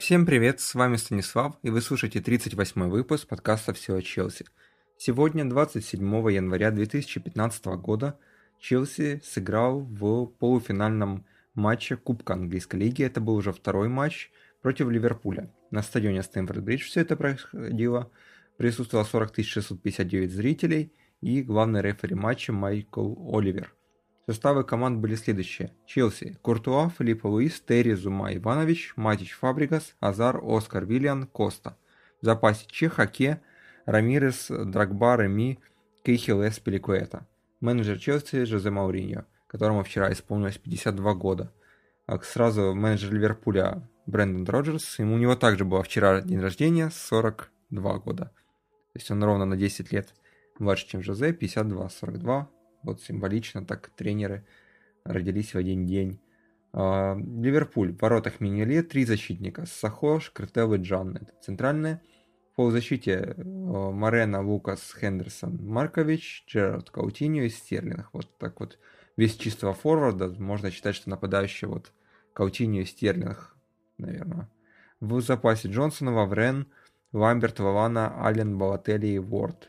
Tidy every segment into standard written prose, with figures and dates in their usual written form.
Всем привет, с вами Станислав, и вы слушаете 38-й выпуск подкаста «Все о Челси». Сегодня, 27 января 2015 года, Челси сыграл в полуфинальном матче Кубка Английской лиги. Это был уже второй матч против Ливерпуля. На стадионе Стэмфорд-Бридж все это происходило. Присутствовало 40 659 зрителей и главный рефери матча Майкл Оливер. Составы команд были следующие. Челси: Куртуа, Филиппо Луис, Терри, Зума, Иванович, Матич, Фабригас, Азар, Оскар, Виллиан, Коста. В запасе Хаке, Рамирес, Дрогба, Реми, Кейхил, Эспиликуэта. Менеджер Челси Жозе Мауриньо, которому вчера исполнилось 52 года. Сразу менеджер Ливерпуля Брэндон Роджерс, у него также было вчера день рождения, 42 года. То есть он ровно на 10 лет младше, чем Жозе, 52, 42. Вот символично так тренеры родились в один день. Ливерпуль. В воротах Миньоле 3 защитника. Сахо, Шкртел и Джан. Это центральные. В полузащите Морено, Лукас, Хендерсон, Маркович, Джерард, Каутиньо и Стерлинг. Вот так вот. Без чистого форварда можно считать, что нападающий вот Каутиньо и Стерлинг, наверное. В запасе Джонсон, Ваврен, Ламберт, Валана, Аллен, Балотелли и Уорд.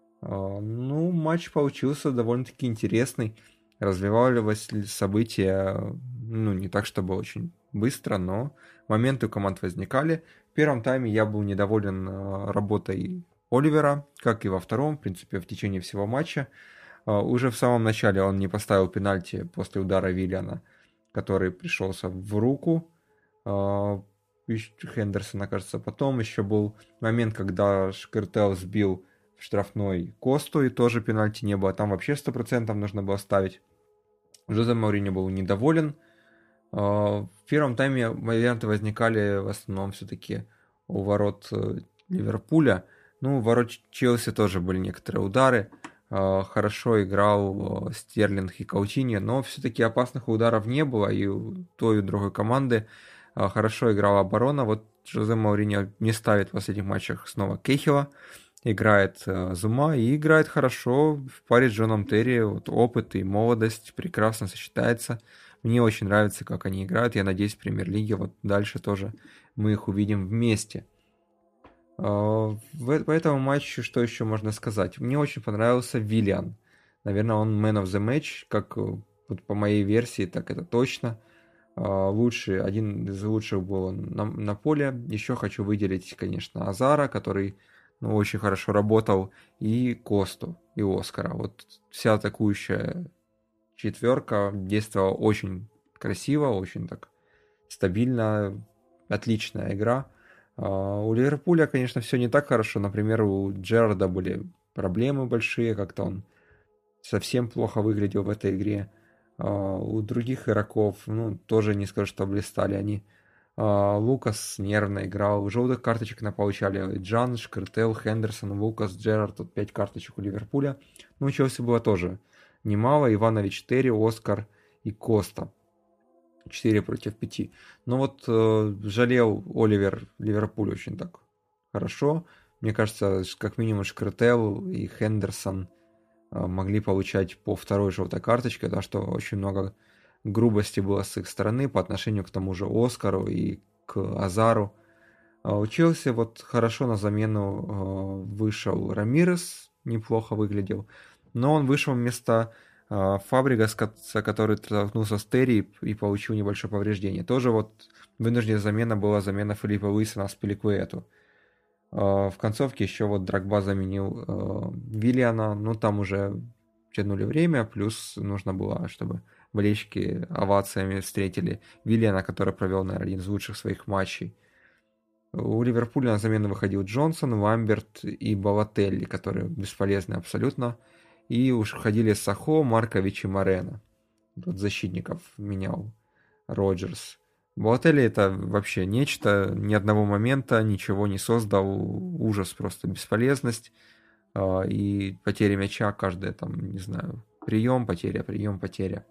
Матч получился довольно-таки интересный. Развивались события, не так, чтобы очень быстро, но моменты у команд возникали. В первом тайме я был недоволен работой Оливера, как и во втором, в принципе, в течение всего матча. Уже в самом начале он не поставил пенальти после удара Виллиана, который пришелся в руку Хендерсона, кажется. Потом еще был момент, когда Шкртел сбил в штрафной Косту, и тоже пенальти не было. Там вообще 100% нужно было ставить. Жозе Мауриньо был недоволен. В первом тайме моменты возникали в основном все-таки у ворот Ливерпуля. У ворот Челси тоже были некоторые удары. Хорошо играл Стерлинг и Каутиньо, но все-таки опасных ударов не было, и у той, и у другой команды хорошо играла оборона. Вот Жозе Мауриньо не ставит в последних матчах снова Кейхила. Играет Зума и играет хорошо в паре с Джоном Терри. Вот опыт и молодость прекрасно сочетается. Мне очень нравится, как они играют. Я надеюсь, в премьер-лиге вот дальше тоже мы их увидим вместе. По этому матчу что еще можно сказать? Мне очень понравился Виллиан. Наверное, он man of the match, как вот по моей версии, так это точно. Один из лучших был на поле. Еще хочу выделить, конечно, Азара, который очень хорошо работал, и Косту, и Оскара. Вот вся атакующая четверка действовала очень красиво, очень так стабильно, отличная игра. У Ливерпуля, конечно, все не так хорошо. Например, у Джерарда были проблемы большие, как-то он совсем плохо выглядел в этой игре. У других игроков, тоже не скажу, что блистали они. Лукас нервно играл. Желтых карточек получали Джан, Шкртел, Хендерсон, Лукас, Джерард. Тут 5 карточек у Ливерпуля. У Челси было тоже немало. Иванович, Терри, Оскар и Коста. 4 против 5. Жалел Оливер Ливерпуль очень так хорошо. Мне кажется, как минимум Шкртел и Хендерсон могли получать по второй желтой карточке, потому что очень много грубости было с их стороны по отношению к тому же Оскару и к Азару. У Челси вот хорошо на замену вышел Рамирес, неплохо выглядел, но он вышел вместо Фабригаса, который столкнулся с Терри и получил небольшое повреждение. Тоже вот вынужденная замена была замена Филиппа Луиса на Спиликуэту. В концовке еще вот Дрогба заменил Виллиана, там уже тянули время, плюс нужно было, чтобы болельщики овациями встретили Виллиана, который провел, наверное, один из лучших своих матчей. У Ливерпуля на замену выходил Джонсон, Ламберт и Балотелли, которые бесполезны абсолютно. И уж ходили Сахо, Маркович и Морено. Тут защитников менял Роджерс. Балотелли это вообще нечто, ни одного момента, ничего не создал, ужас, просто бесполезность. И потеря мяча, каждая прием, потеря.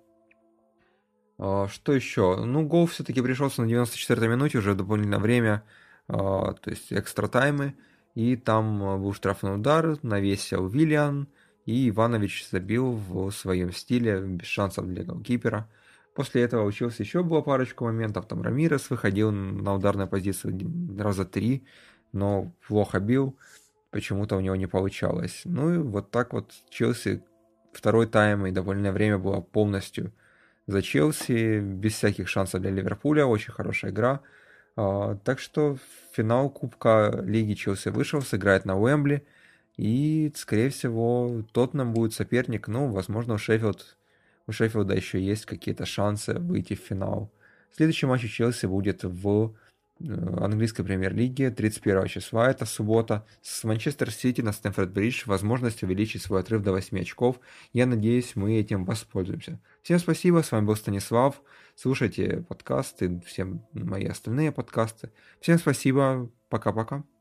Что еще? Гол все-таки пришелся на 94-й минуте, уже в дополнительное время, то есть экстра таймы, и там был штрафной удар, навесил Виллиан, и Иванович забил в своем стиле, без шансов для голкипера. После этого у Челси еще было парочку моментов. Там Рамирес выходил на ударной позиции раза 3, но плохо бил. Почему-то у него не получалось. Ну и вот так вот Челси второй тайм и довольное время было полностью за Челси, без всяких шансов для Ливерпуля. Очень хорошая игра. Так что в финал Кубка Лиги Челси вышел, сыграет на Уэмбли. И, скорее всего, Тоттенхэм будет соперник. Ну, возможно, у Шеффилда еще есть какие-то шансы выйти в финал. Следующий матч у Челси будет в английской премьер-лиге 31 числа, это суббота, с Манчестер Сити на Стэмфорд-Бридж, возможность увеличить свой отрыв до 8 очков. Я надеюсь, мы этим воспользуемся. Всем спасибо, с вами был Станислав. Слушайте подкасты, все мои остальные подкасты. Всем спасибо, пока-пока.